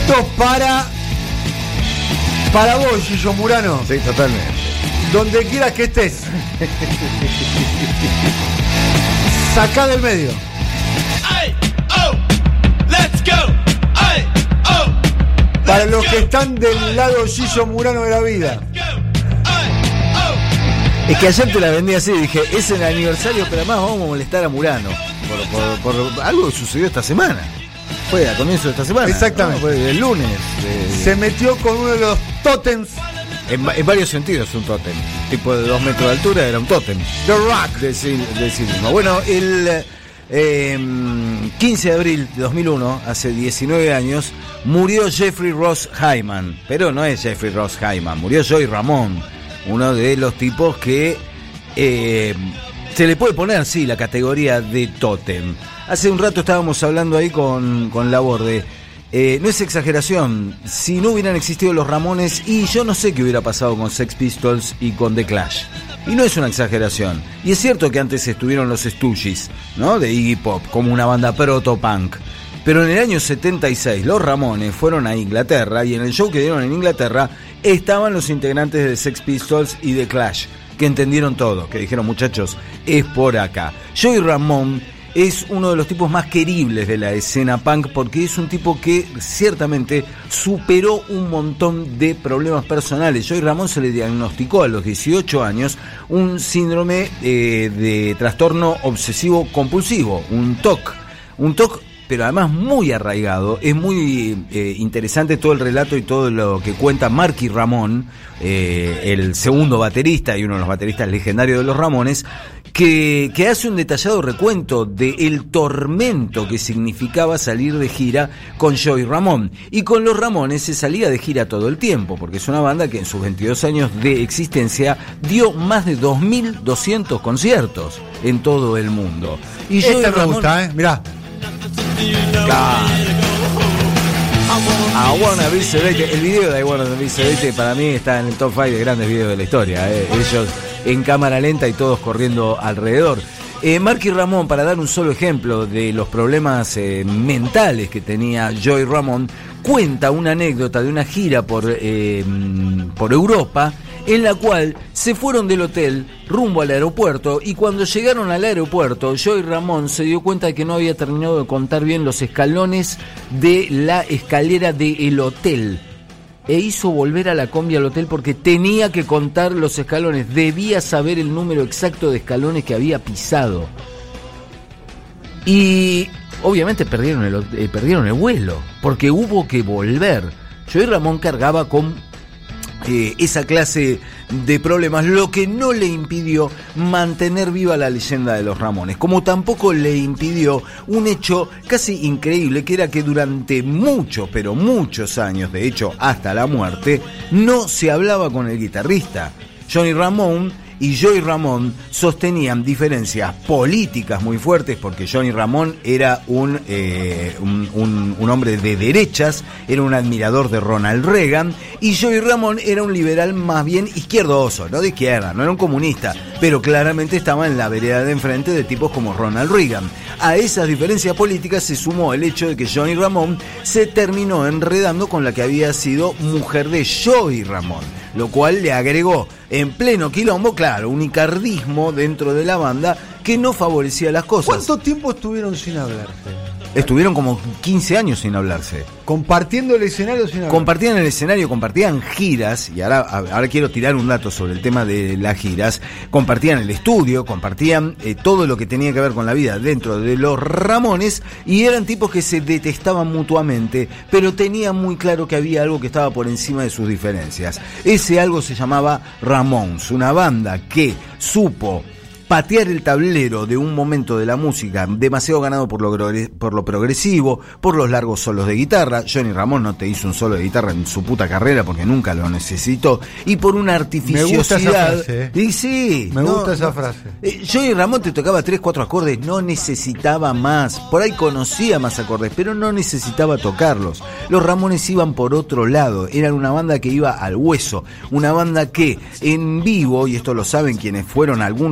Esto para vos, Gillo Murano. Sí, totalmente. Donde quieras que estés. Sacá del medio. Ay, oh, let's go. Ay, oh, Para los que están del lado Gillo Murano de la vida. Es que ayer te la vendí así, dije, es el aniversario, pero además vamos a molestar a Murano. Por algo que sucedió esta semana. Fue a comienzo de esta semana. Exactamente. ¿No? Fue el lunes. Se metió con uno de los tótems. En varios sentidos un tótem. Tipo de 2 metros de altura era un tótem. The Rock. De sí mismo. Bueno, el 15 de abril de 2001, hace 19 años, murió Jeffrey Ross Hyman. Pero no es Jeffrey Ross Hyman, murió Joey Ramone. Uno de los tipos que se le puede poner, sí, la categoría de tótem. Hace un rato estábamos hablando ahí con Laborde. No es exageración, si no hubieran existido los Ramones, y yo no sé qué hubiera pasado con Sex Pistols y con The Clash. Y no es una exageración. Y es cierto que antes estuvieron los Stooges, ¿no? De Iggy Pop, como una banda proto-punk. Pero en el año 76 los Ramones fueron a Inglaterra, y en el show que dieron en Inglaterra estaban los integrantes de Sex Pistols y The Clash, que entendieron todo, que dijeron, muchachos, es por acá. Joey Ramone es uno de los tipos más queribles de la escena punk, porque es un tipo que ciertamente superó un montón de problemas personales. Joey Ramone se le diagnosticó a los 18 años un síndrome de trastorno obsesivo compulsivo, un TOC, pero además muy arraigado. Es muy interesante todo el relato y todo lo que cuenta Marky Ramone, el segundo baterista y uno de los bateristas legendarios de los Ramones, que hace un detallado recuento del tormento que significaba salir de gira con Joey Ramone. Y con los Ramones se salía de gira todo el tiempo, porque es una banda que en sus 22 años de existencia dio más de 2.200 conciertos en todo el mundo. Y Esta Joey me Ramone, gusta, mirá. I Wanna Be Sedated. El video de I Wanna Be Sedated para mí está en el top 5 de grandes videos de la historia. Ellos en cámara lenta y todos corriendo alrededor. Marky Ramone, para dar un solo ejemplo de los problemas mentales que tenía Joey Ramone, cuenta una anécdota de una gira por Europa, en la cual se fueron del hotel rumbo al aeropuerto, y cuando llegaron al aeropuerto, Joey Ramone se dio cuenta de que no había terminado de contar bien los escalones de la escalera del hotel, e hizo volver a la combi al hotel porque tenía que contar los escalones, debía saber el número exacto de escalones que había pisado. Y obviamente perdieron el vuelo, porque hubo que volver. Joey Ramone cargaba con esa clase de problemas, lo que no le impidió mantener viva la leyenda de los Ramones, como tampoco le impidió un hecho casi increíble, que era que durante muchos, pero muchos años, de hecho hasta la muerte, no se hablaba con el guitarrista. Johnny Ramone y Joey Ramone sostenían diferencias políticas muy fuertes, porque Johnny Ramone era un hombre de derechas, era un admirador de Ronald Reagan, y Joey Ramone era un liberal más bien izquierdoso, no de izquierda, no era un comunista, pero claramente estaba en la vereda de enfrente de tipos como Ronald Reagan. A esas diferencias políticas se sumó el hecho de que Johnny Ramone se terminó enredando con la que había sido mujer de Joey Ramone, lo cual le agregó en pleno quilombo, claro, un icardismo dentro de la banda que no favorecía las cosas. ¿Cuánto tiempo estuvieron sin hablarse? Estuvieron como 15 años sin hablarse. Compartiendo el escenario sin hablar. Compartían el escenario, compartían giras, y ahora quiero tirar un dato sobre el tema de las giras. Compartían el estudio, compartían todo lo que tenía que ver con la vida dentro de los Ramones, y eran tipos que se detestaban mutuamente, pero tenían muy claro que había algo que estaba por encima de sus diferencias. Ese algo se llamaba Ramones, una banda que supo patear el tablero de un momento de la música demasiado ganado por lo progresivo, por los largos solos de guitarra. Johnny Ramone no te hizo un solo de guitarra en su puta carrera porque nunca lo necesitó, y por una artificiosidad. Me gusta esa frase, Y sí, me gusta esa frase. Johnny Ramone te tocaba 3-4 acordes, no necesitaba más. Por ahí conocía más acordes, pero no necesitaba tocarlos. Los Ramones iban por otro lado, eran una banda que iba al hueso, una banda que en vivo, y esto lo saben quienes fueron algunos de los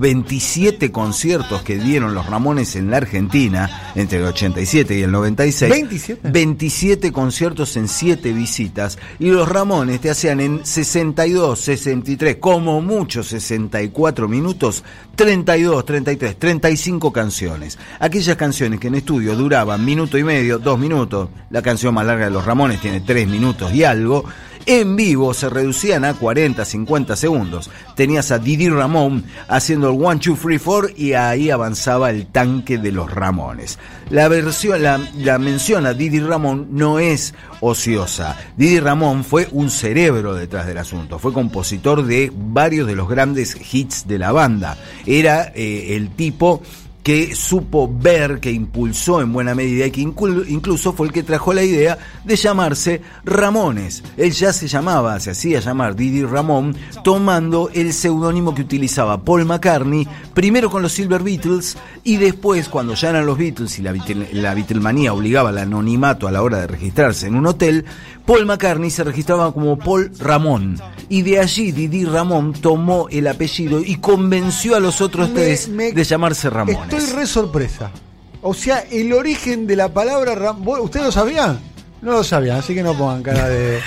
27 conciertos que dieron los Ramones en la Argentina entre el 87 y el 96. 27 conciertos en 7 visitas. Y los Ramones te hacían en 62, 63, como mucho 64 minutos, 32, 33, 35 canciones. Aquellas canciones que en estudio duraban minuto y medio, 2 minutos, la canción más larga de los Ramones tiene 3 minutos y algo, en vivo se reducían a 40, 50 segundos. Tenías a Didi Ramón haciendo el 1, 2, 3, 4 y ahí avanzaba el tanque de los Ramones. La mención a Didi Ramón no es ociosa. Didi Ramón fue un cerebro detrás del asunto, fue compositor de varios de los grandes hits de la banda. Era el tipo que supo ver, que impulsó en buena medida y que incluso fue el que trajo la idea de llamarse Ramones. Él ya se hacía llamar Didi Ramón, tomando el seudónimo que utilizaba Paul McCartney, primero con los Silver Beatles y después, cuando ya eran los Beatles y la Beatlemanía obligaba al anonimato a la hora de registrarse en un hotel, Paul McCartney se registraba como Paul Ramón, y de allí Didi Ramón tomó el apellido y convenció a los otros tres de llamarse Ramones. Estoy re sorpresa. O sea, el origen de la palabra Ramón, ¿ustedes lo sabían? No lo sabían, así que no pongan cara de...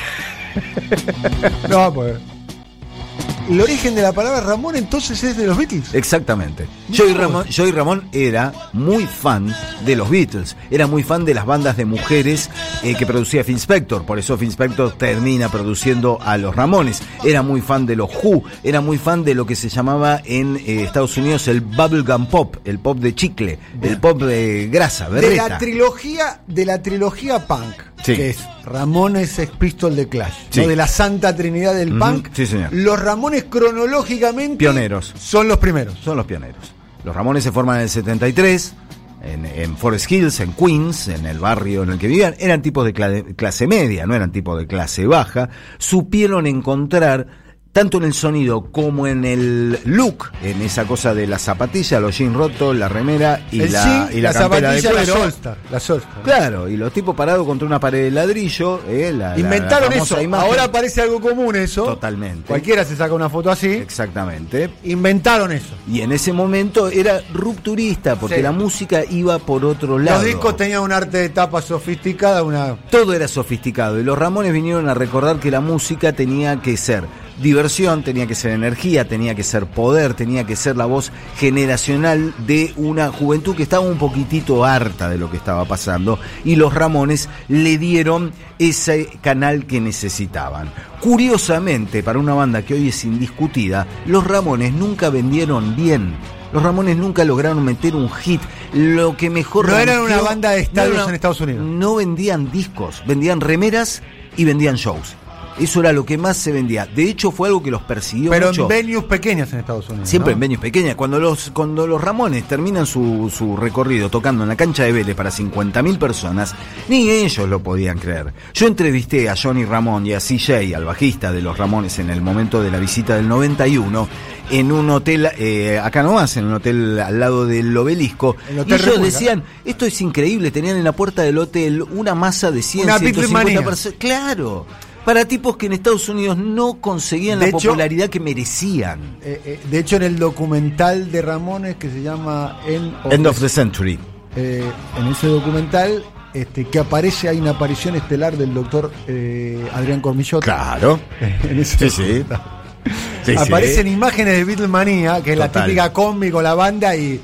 No, pues... El origen de la palabra Ramón entonces es de los Beatles. Exactamente. Joey Ramón era muy fan de los Beatles, era muy fan de las bandas de mujeres que producía Phil Spector, por eso Phil Spector termina produciendo a los Ramones. Era muy fan de los Who, era muy fan de lo que se llamaba en Estados Unidos el bubblegum pop, el pop de chicle, el pop de grasa, berreta. De la trilogía punk. Sí. Que es Ramones, Sex Pistols, The Clash, sí. ¿no? De la santa trinidad del punk. Sí, señor. Los Ramones cronológicamente pioneros. Son los primeros. Son los pioneros. Los Ramones se forman en el 73, en Forest Hills, en Queens, en el barrio en el que vivían. Eran tipos de clase media, no eran tipos de clase baja. Supieron encontrar, tanto en el sonido como en el look, en esa cosa de la zapatilla, los jeans rotos, la remera y la campera de cuero. La Solstar. Claro, y los tipos parados contra una pared de ladrillo. Inventaron la eso. Imagen. Ahora parece algo común eso. Totalmente. Cualquiera se saca una foto así. Exactamente. Inventaron eso. Y en ese momento era rupturista, porque sí. La música iba por otro lado. Los discos tenían un arte de tapa sofisticada, Todo era sofisticado. Y los Ramones vinieron a recordar que la música tenía que ser diversión, tenía que ser energía, tenía que ser poder, tenía que ser la voz generacional de una juventud que estaba un poquitito harta de lo que estaba pasando, y los Ramones le dieron ese canal que necesitaban. Curiosamente, para una banda que hoy es indiscutida, los Ramones nunca vendieron bien. Los Ramones nunca lograron meter un hit. Lo que mejor... No eran una banda de estadios en Estados Unidos. No vendían discos, vendían remeras y vendían shows. Eso era lo que más se vendía. De hecho, fue algo que los persiguió pero mucho. Pero en venues pequeñas en Estados Unidos. Siempre, ¿no? En venues pequeñas. Cuando los Ramones terminan su recorrido tocando en la cancha de Vélez para 50.000 personas, ni ellos lo podían creer. Yo entrevisté a Johnny Ramón y a CJ, al bajista de los Ramones, en el momento de la visita del 91, en un hotel, acá nomás, en un hotel al lado del Obelisco. Y ellos decían, esto es increíble, tenían en la puerta del hotel una masa de 100, 150 personas. Claro. Para tipos que en Estados Unidos no conseguían la popularidad que merecían. De hecho, en el documental de Ramones que se llama End of the Century, en ese documental que aparece, hay una aparición estelar del doctor Adrián Cormillot. Claro. En ese sí. Aparecen imágenes de Beatlemanía, que es la típica combi con la banda y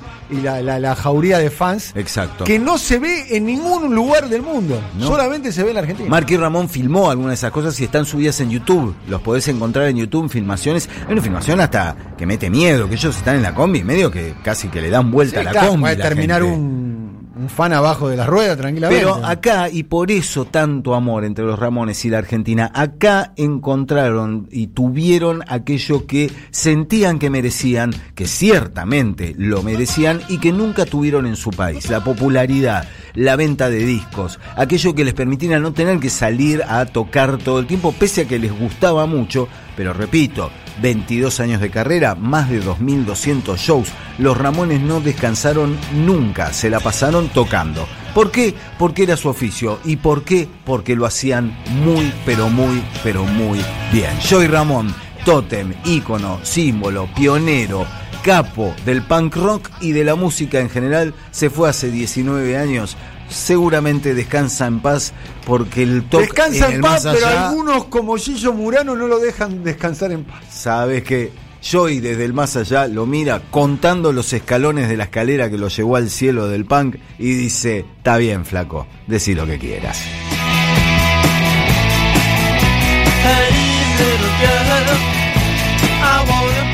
la jauría de fans. Exacto. Que no se ve en ningún lugar del mundo. No. Solamente se ve en la Argentina. Marky Ramón filmó algunas de esas cosas y están subidas en YouTube. Los podés encontrar en YouTube, filmaciones. Hay una filmación hasta que mete miedo, que ellos están en la combi, medio que casi que le dan vuelta a la combi. Puede terminar un fan abajo de la rueda tranquilamente. Pero acá, y por eso tanto amor entre los Ramones y la Argentina, acá encontraron y tuvieron aquello que sentían que merecían, que ciertamente lo merecían y que nunca tuvieron en su país: la popularidad, la venta de discos, aquello que les permitiera no tener que salir a tocar todo el tiempo, pese a que les gustaba mucho. Pero repito, 22 años de carrera, más de 2.200 shows. Los Ramones no descansaron nunca, se la pasaron tocando. ¿Por qué? Porque era su oficio. ¿Y por qué? Porque lo hacían muy, pero muy, pero muy bien. Joey Ramón, tótem, ícono, símbolo, pionero, capo del punk rock y de la música en general, se fue hace 19 años. Seguramente descansa en paz porque el toque descansa en paz, más pero allá, algunos como Gillo Murano no lo dejan descansar en paz. sabes que Joey desde el más allá lo mira contando los escalones de la escalera que lo llevó al cielo del punk y dice: está bien, flaco, decí lo que quieras. Hey, little girl, I wanna